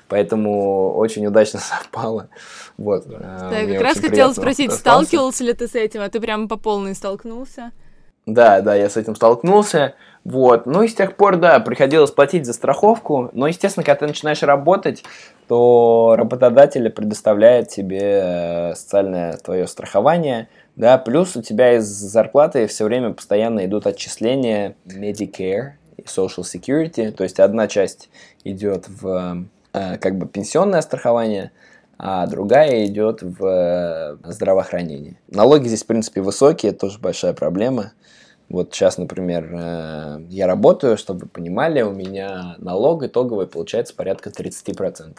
A: Поэтому очень удачно совпало. Вот.
C: Да, я как раз хотела спросить, сталкивался ли ты с этим, а ты прямо по полной столкнулся?
A: Да, я с этим столкнулся. Вот. Ну и с тех пор, да, приходилось платить за страховку. Но, естественно, когда ты начинаешь работать, то работодатель предоставляет тебе социальное твое страхование. Да, плюс у тебя из зарплаты все время постоянно идут отчисления Medicare и Social Security. То есть одна часть идет в как бы пенсионное страхование, а другая идет в здравоохранение. Налоги здесь, в принципе, высокие, это тоже большая проблема. Вот сейчас, например, я работаю, чтобы вы понимали, у меня налог итоговый получается порядка 30%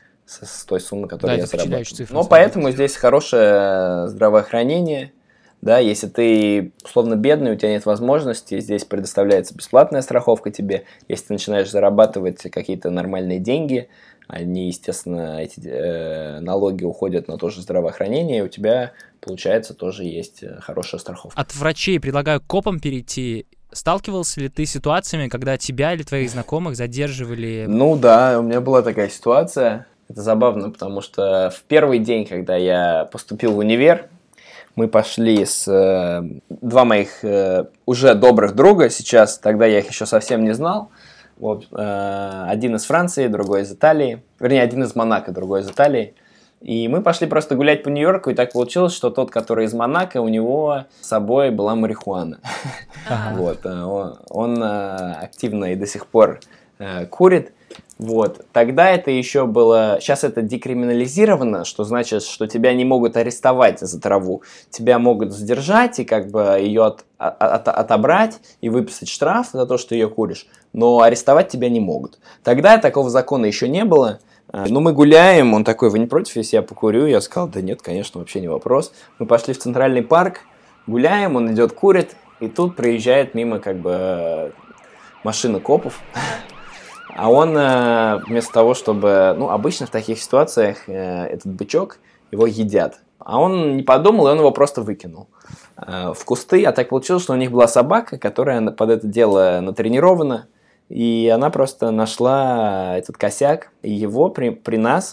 A: с той суммы, которую я заработал. Но поэтому здесь хорошее здравоохранение. Да, если ты условно бедный, у тебя нет возможности, здесь предоставляется бесплатная страховка тебе. Если ты начинаешь зарабатывать какие-то нормальные деньги, они, естественно, эти налоги уходят на то же здравоохранение, и у тебя, получается, тоже есть хорошая страховка.
B: От врачей предлагаю к копам перейти. Сталкивался ли ты с ситуациями, когда тебя или твоих знакомых задерживали?
A: Ну да, у меня была такая ситуация. Это забавно, потому что в первый день, когда я поступил в универ, мы пошли с два моих уже добрых друга сейчас, тогда я их еще совсем не знал. Вот, один из Франции, другой из Италии. Вернее, один из Монако, другой из Италии. И мы пошли просто гулять по Нью-Йорку, и так получилось, что тот, который из Монако, у него с собой была марихуана. Вот, он активно и до сих пор курит. Вот. Тогда это еще было... Сейчас это декриминализировано, что значит, что тебя не могут арестовать за траву. Тебя могут задержать и как бы ее отобрать и выписать штраф за то, что ты ее куришь. Но арестовать тебя не могут. Тогда такого закона еще не было. Ну, мы гуляем, он такой, вы не против, если я покурю? Я сказал, да нет, конечно, вообще не вопрос. Мы пошли в Центральный парк, гуляем, он идет, курит, и тут проезжает мимо как бы машина копов. А он вместо того, чтобы... Ну, обычно в таких ситуациях этот бычок, его едят. А он не подумал, и он его просто выкинул в кусты. А так получилось, что у них была собака, которая под это дело натренирована. И она просто нашла этот косяк. И его при нас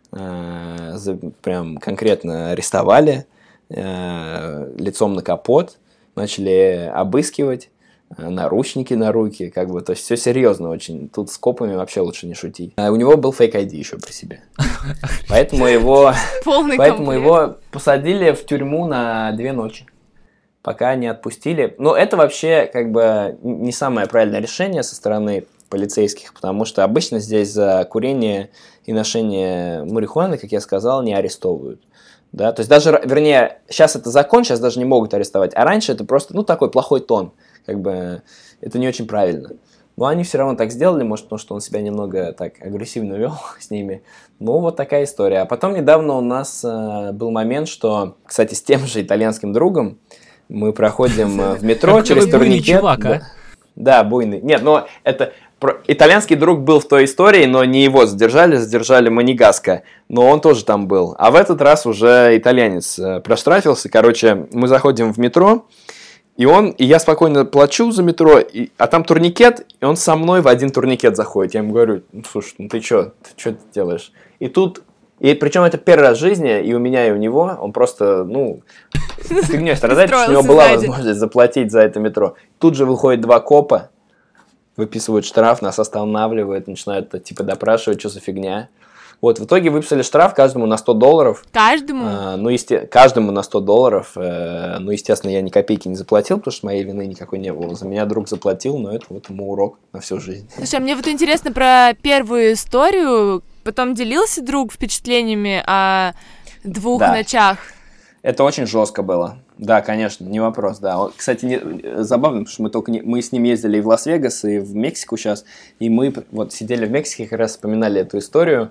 A: прям конкретно арестовали лицом на капот. Начали обыскивать. Наручники на руки, как бы, то есть все серьезно очень. Тут с копами вообще лучше не шутить. А у него был фейк-ID еще при себе. Поэтому его посадили в тюрьму на 2 ночи, пока не отпустили. Но это вообще как бы не самое правильное решение со стороны полицейских, потому что обычно здесь за курение и ношение марихуаны, как я сказал, не арестовывают. Да? То есть даже, вернее, сейчас это закон, сейчас даже не могут арестовать, а раньше это просто, ну, такой плохой тон. Как бы это не очень правильно. Но они все равно так сделали, может, потому что он себя немного так агрессивно вел с ними. Ну, вот такая история. А потом недавно у нас был момент, что, кстати, с тем же итальянским другом мы проходим в метро через турникет. Да, буйный. Нет, но это... Итальянский друг был в той истории, но не его задержали Монигаска, но он тоже там был. А в этот раз уже итальянец проштрафился. Короче, мы заходим в метро, и я спокойно плачу за метро, а там турникет, и он со мной в один турникет заходит. Я ему говорю, ну, слушай, ну ты что делаешь? И причем это первый раз в жизни, и у меня, и у него, он просто, фигней страдает, потому что у него была возможность заплатить за это метро. Тут же выходят 2 копа, выписывают штраф, нас останавливают, начинают типа допрашивать, что за фигня. Вот, в итоге выписали штраф каждому на $100.
C: Каждому?
A: Каждому на $100. Ну, естественно, я ни копейки не заплатил, потому что моей вины никакой не было. За меня друг заплатил, но это вот ему урок на всю жизнь.
C: Слушай, а мне вот интересно про первую историю. Потом делился друг впечатлениями о 2 ночах.
A: Это очень жестко было. Да, конечно, не вопрос, да. Кстати, забавно, потому что мы с ним ездили и в Лас-Вегас, и в Мексику сейчас, и мы вот сидели в Мексике, как раз вспоминали эту историю.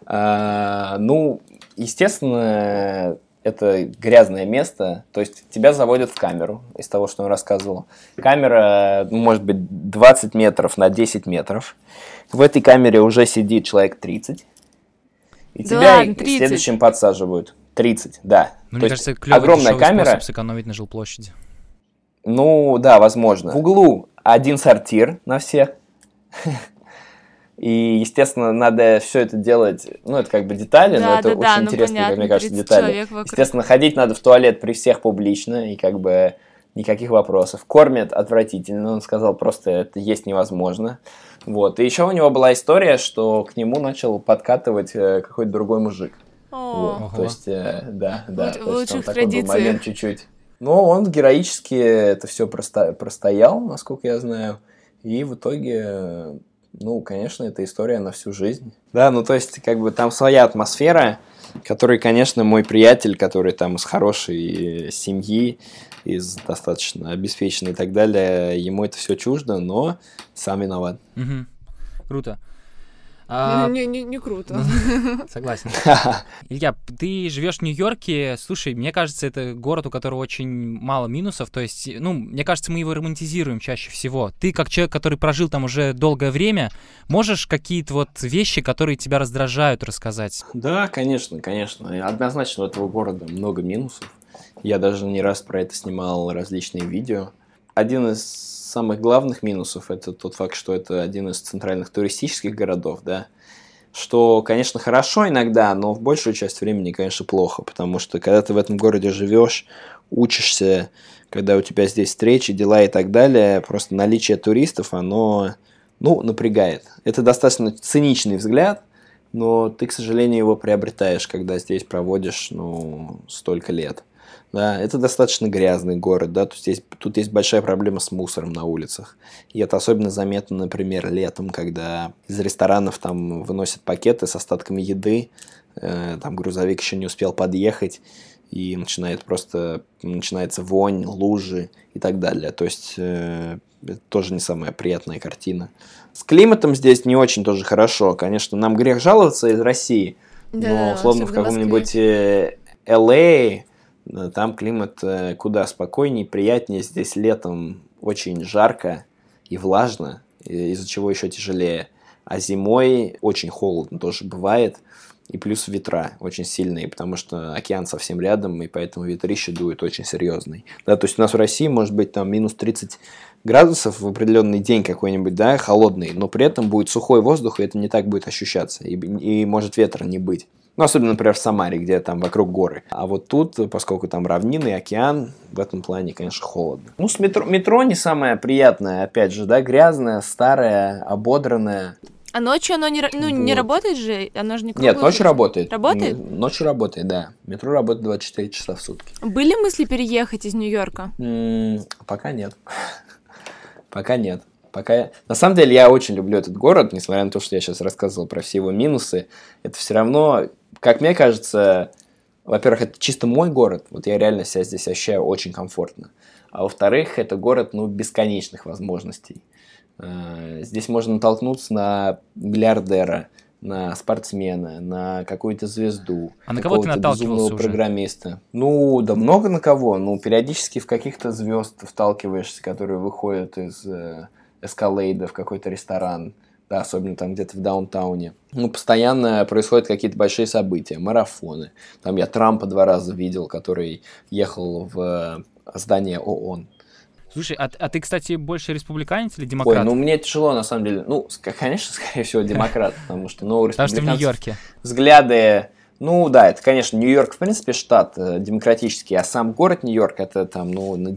A: Естественно, это грязное место, то есть тебя заводят в камеру, из того, что он рассказывал. Камера, может быть, 20 метров на 10 метров. В этой камере уже сидит человек 30, и тебя следующим подсаживают. 30, да.
B: Ну, мне кажется, клёвый дешёвый способ сэкономить на жилплощади.
A: Ну, да, возможно. В углу один сортир на всех. И, естественно, надо все это делать, ну, это как бы детали, но это очень интересные,
C: понятно,
A: мне кажется, детали. Естественно, ходить надо в туалет при всех публично, и как бы никаких вопросов. Кормят отвратительно, он сказал, просто это есть невозможно. Вот. И еще у него была история, что к нему начал подкатывать какой-то другой мужик. Вот. То есть, да.
C: В лучших
A: такой был момент чуть-чуть. Но он героически это все простоял, насколько я знаю. И в итоге, ну, конечно, это история на всю жизнь. Да, ну, то есть, как бы там своя атмосфера, который, конечно, мой приятель, который там из хорошей семьи, из достаточно обеспеченной и так далее, ему это все чуждо, но сам виноват.
B: Круто.
C: Не круто.
B: Согласен. Илья, ты живешь в Нью-Йорке. Слушай, мне кажется, это город, у которого очень мало минусов. То есть, ну, мне кажется, мы его романтизируем чаще всего. Ты, как человек, который прожил там уже долгое время, можешь какие-то вот вещи, которые тебя раздражают, рассказать?
A: Да, конечно. Однозначно у этого города много минусов. Я даже не раз про это снимал различные видео. Один из самых главных минусов – это тот факт, что это один из центральных туристических городов, да, что, конечно, хорошо иногда, но в большую часть времени, конечно, плохо, потому что когда ты в этом городе живешь, учишься, когда у тебя здесь встречи, дела и так далее, просто наличие туристов, оно, ну, напрягает. Это достаточно циничный взгляд, но ты, к сожалению, его приобретаешь, когда здесь проводишь, ну, столько лет. Да, это достаточно грязный город, да, тут есть большая проблема с мусором на улицах. И это особенно заметно, например, летом, когда из ресторанов там выносят пакеты с остатками еды, там грузовик еще не успел подъехать, и начинается вонь, лужи и так далее. То есть это тоже не самая приятная картина. С климатом здесь не очень тоже хорошо. Конечно, нам грех жаловаться из России, но условно в каком-нибудь LA там климат куда спокойнее, приятнее. Здесь летом очень жарко и влажно, из-за чего еще тяжелее. А зимой очень холодно тоже бывает. И плюс ветра очень сильные, потому что океан совсем рядом, и поэтому ветрище дует очень серьезный. Да, то есть у нас в России может быть там минус 30 градусов в определенный день какой-нибудь, да, холодный, но при этом будет сухой воздух, и это не так будет ощущаться, и может ветра не быть. Ну, особенно, например, в Самаре, где там вокруг горы. А вот тут, поскольку там равнины, океан, в этом плане, конечно, холодно. Ну, с метро не самое приятное, опять же, да, грязное, старое, ободранное.
C: А ночью оно не работает же? Оно же не круглое.
A: Нет, ночью работает.
C: Работает?
A: Ночью работает, да. Метро работает 24 часа в сутки.
C: Были мысли переехать из Нью-Йорка?
A: Пока нет. На самом деле, я очень люблю этот город, несмотря на то, что я сейчас рассказывал про все его минусы. Это все равно, как мне кажется, во-первых, это чисто мой город. Вот я реально себя здесь ощущаю очень комфортно. А во-вторых, это город, бесконечных возможностей. Здесь можно натолкнуться на миллиардера, на спортсмена, на какую-то звезду.
B: А на кого ты наталкивался уже?
A: Программиста. Ну, да много на кого. Ну, периодически в каких-то звезд вталкиваешься, которые выходят из эскалейда в какой-то ресторан. Да, особенно там где-то в даунтауне. Ну, постоянно происходят какие-то большие события, марафоны. Там я Трампа 2 раза видел, который ехал в здание ООН.
B: Слушай, а ты, кстати, больше республиканец или демократ?
A: Ой, ну мне тяжело, на самом деле. Ну, конечно, скорее всего, демократ, потому что у республиканцев
B: потому что в Нью-Йорке.
A: Взгляды... Ну, да, это, конечно, Нью-Йорк, в принципе, штат демократический, а сам город Нью-Йорк, это там, на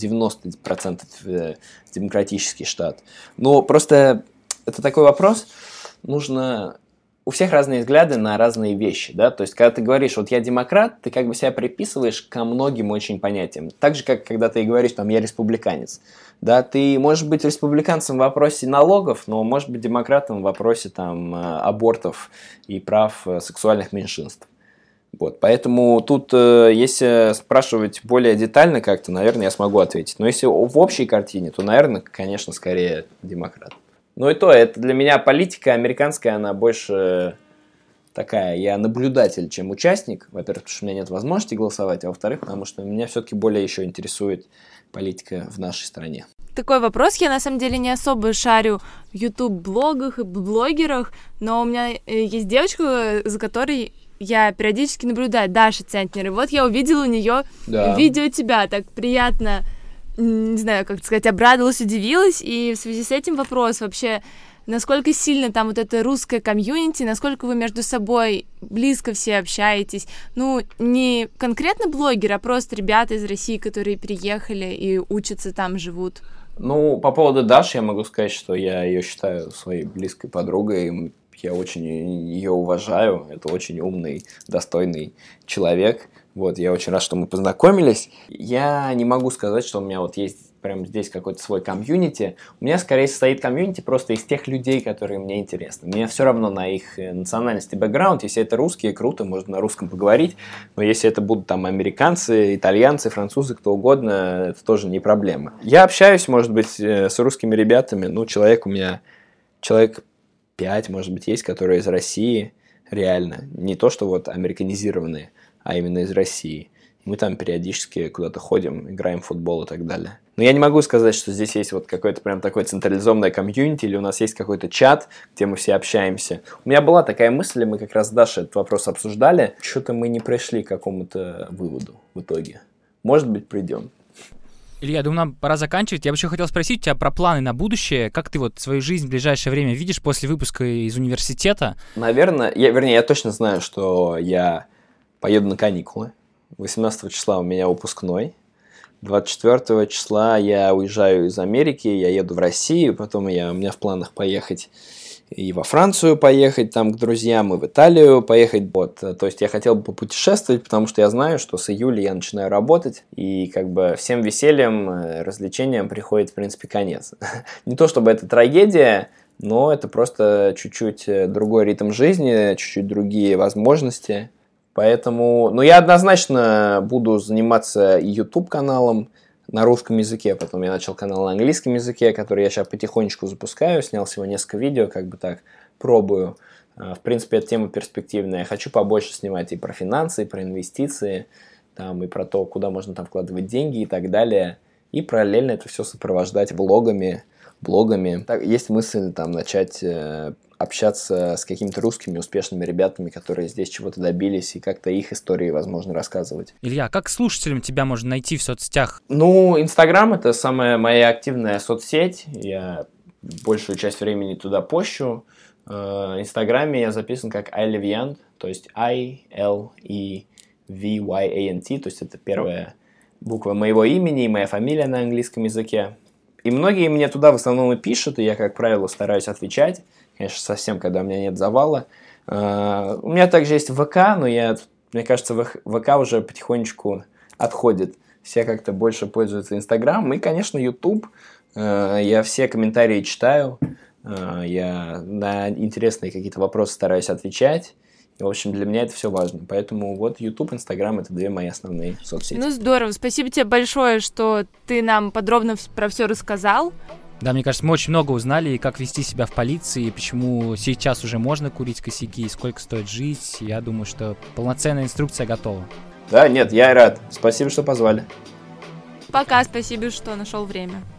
A: 90% демократический штат. Но просто это такой вопрос, нужно... У всех разные взгляды на разные вещи, да, то есть, когда ты говоришь, вот я демократ, ты как бы себя приписываешь ко многим очень понятиям. Так же, как когда ты говоришь, там, я республиканец, да, ты можешь быть республиканцем в вопросе налогов, но можешь быть демократом в вопросе, там, абортов и прав сексуальных меньшинств. Вот, поэтому тут, если спрашивать более детально как-то, наверное, я смогу ответить. Но если в общей картине, то, наверное, конечно, скорее демократ. Ну и то, это для меня политика американская, она больше такая, я наблюдатель, чем участник. Во-первых, потому что у меня нет возможности голосовать, а во-вторых, потому что меня все-таки более еще интересует политика в нашей стране.
C: Такой вопрос, я на самом деле не особо шарю в YouTube-блогах и блогерах, но у меня есть девочка, за которой я периодически наблюдаю, Даша Центнер, и вот я увидела у нее видео тебя, так приятно, не знаю, как сказать, обрадовалась, удивилась, и в связи с этим вопрос вообще, насколько сильно там вот это русское комьюнити, насколько вы между собой близко все общаетесь. Ну, не конкретно блогеры, а просто ребята из России, которые переехали и учатся там, живут.
A: Ну, по поводу Даши я могу сказать, что я ее считаю своей близкой подругой. Я очень ее уважаю. Это очень умный, достойный человек. Вот, я очень рад, что мы познакомились. Я не могу сказать, что у меня вот есть прямо здесь какой-то свой комьюнити. У меня скорее состоит комьюнити просто из тех людей, которые мне интересны. Мне все равно на их национальность и бэкграунд. Если это русские, круто, можно на русском поговорить. Но если это будут там американцы, итальянцы, французы, кто угодно, это тоже не проблема. Я общаюсь, может быть, с русскими ребятами. Ну, человек 5, может быть, есть, которые из России, реально. Не то, что вот американизированные, а именно из России. И мы там периодически куда-то ходим, играем в футбол и так далее. Но я не могу сказать, что здесь есть вот какое-то прям такое централизованное комьюнити, или у нас есть какой-то чат, где мы все общаемся. У меня была такая мысль, мы как раз с Дашей этот вопрос обсуждали. Что-то мы не пришли к какому-то выводу в итоге. Может быть, придем.
B: Илья, думаю, нам пора заканчивать. Я бы еще хотел спросить у тебя про планы на будущее. Как ты вот свою жизнь в ближайшее время видишь после выпуска из университета?
A: Наверное, я точно знаю, что я поеду на каникулы. 18 числа у меня выпускной. 24 числа я уезжаю из Америки, я еду в Россию, потом у меня в планах поехать и во Францию поехать, там к друзьям, и в Италию поехать. Вот. То есть я хотел бы попутешествовать, потому что я знаю, что с июля я начинаю работать, и как бы всем весельем, развлечениям приходит, в принципе, конец. Не то чтобы это трагедия, но это просто чуть-чуть другой ритм жизни, чуть-чуть другие возможности. Поэтому, я однозначно буду заниматься и YouTube-каналом на русском языке, потом я начал канал на английском языке, который я сейчас потихонечку запускаю, снял всего несколько видео, как бы так, пробую. В принципе, эта тема перспективная. Я хочу побольше снимать и про финансы, и про инвестиции, там, и про то, куда можно там вкладывать деньги и так далее. И параллельно это все сопровождать блогами. Так, есть мысль там начать общаться с какими-то русскими успешными ребятами, которые здесь чего-то добились, и как-то их истории, возможно, рассказывать.
B: Илья, как слушателям тебя можно найти в соцсетях?
A: Инстаграм — это самая моя активная соцсеть. Я большую часть времени туда пощу. В Инстаграме я записан как iLevyant, то есть I-L-E-V-Y-A-N-T, то есть это первая буква моего имени и моя фамилия на английском языке. И многие мне туда в основном и пишут, и я, как правило, стараюсь отвечать. Конечно, совсем, когда у меня нет завала. У меня также есть ВК, но мне кажется, ВК уже потихонечку отходит. Все как-то больше пользуются Инстаграм. И, конечно, YouTube. Я все комментарии читаю. Я на интересные какие-то вопросы стараюсь отвечать. В общем, для меня это все важно. Поэтому вот YouTube, Instagram — это две мои основные соцсети.
C: Здорово. Спасибо тебе большое, что ты нам подробно про все рассказал.
B: Да, мне кажется, мы очень много узнали, как вести себя в полиции, и почему сейчас уже можно курить косяки, и сколько стоит жить. Я думаю, что полноценная инструкция готова.
A: Да, нет, я рад. Спасибо, что позвали.
C: Пока, спасибо, что нашел время.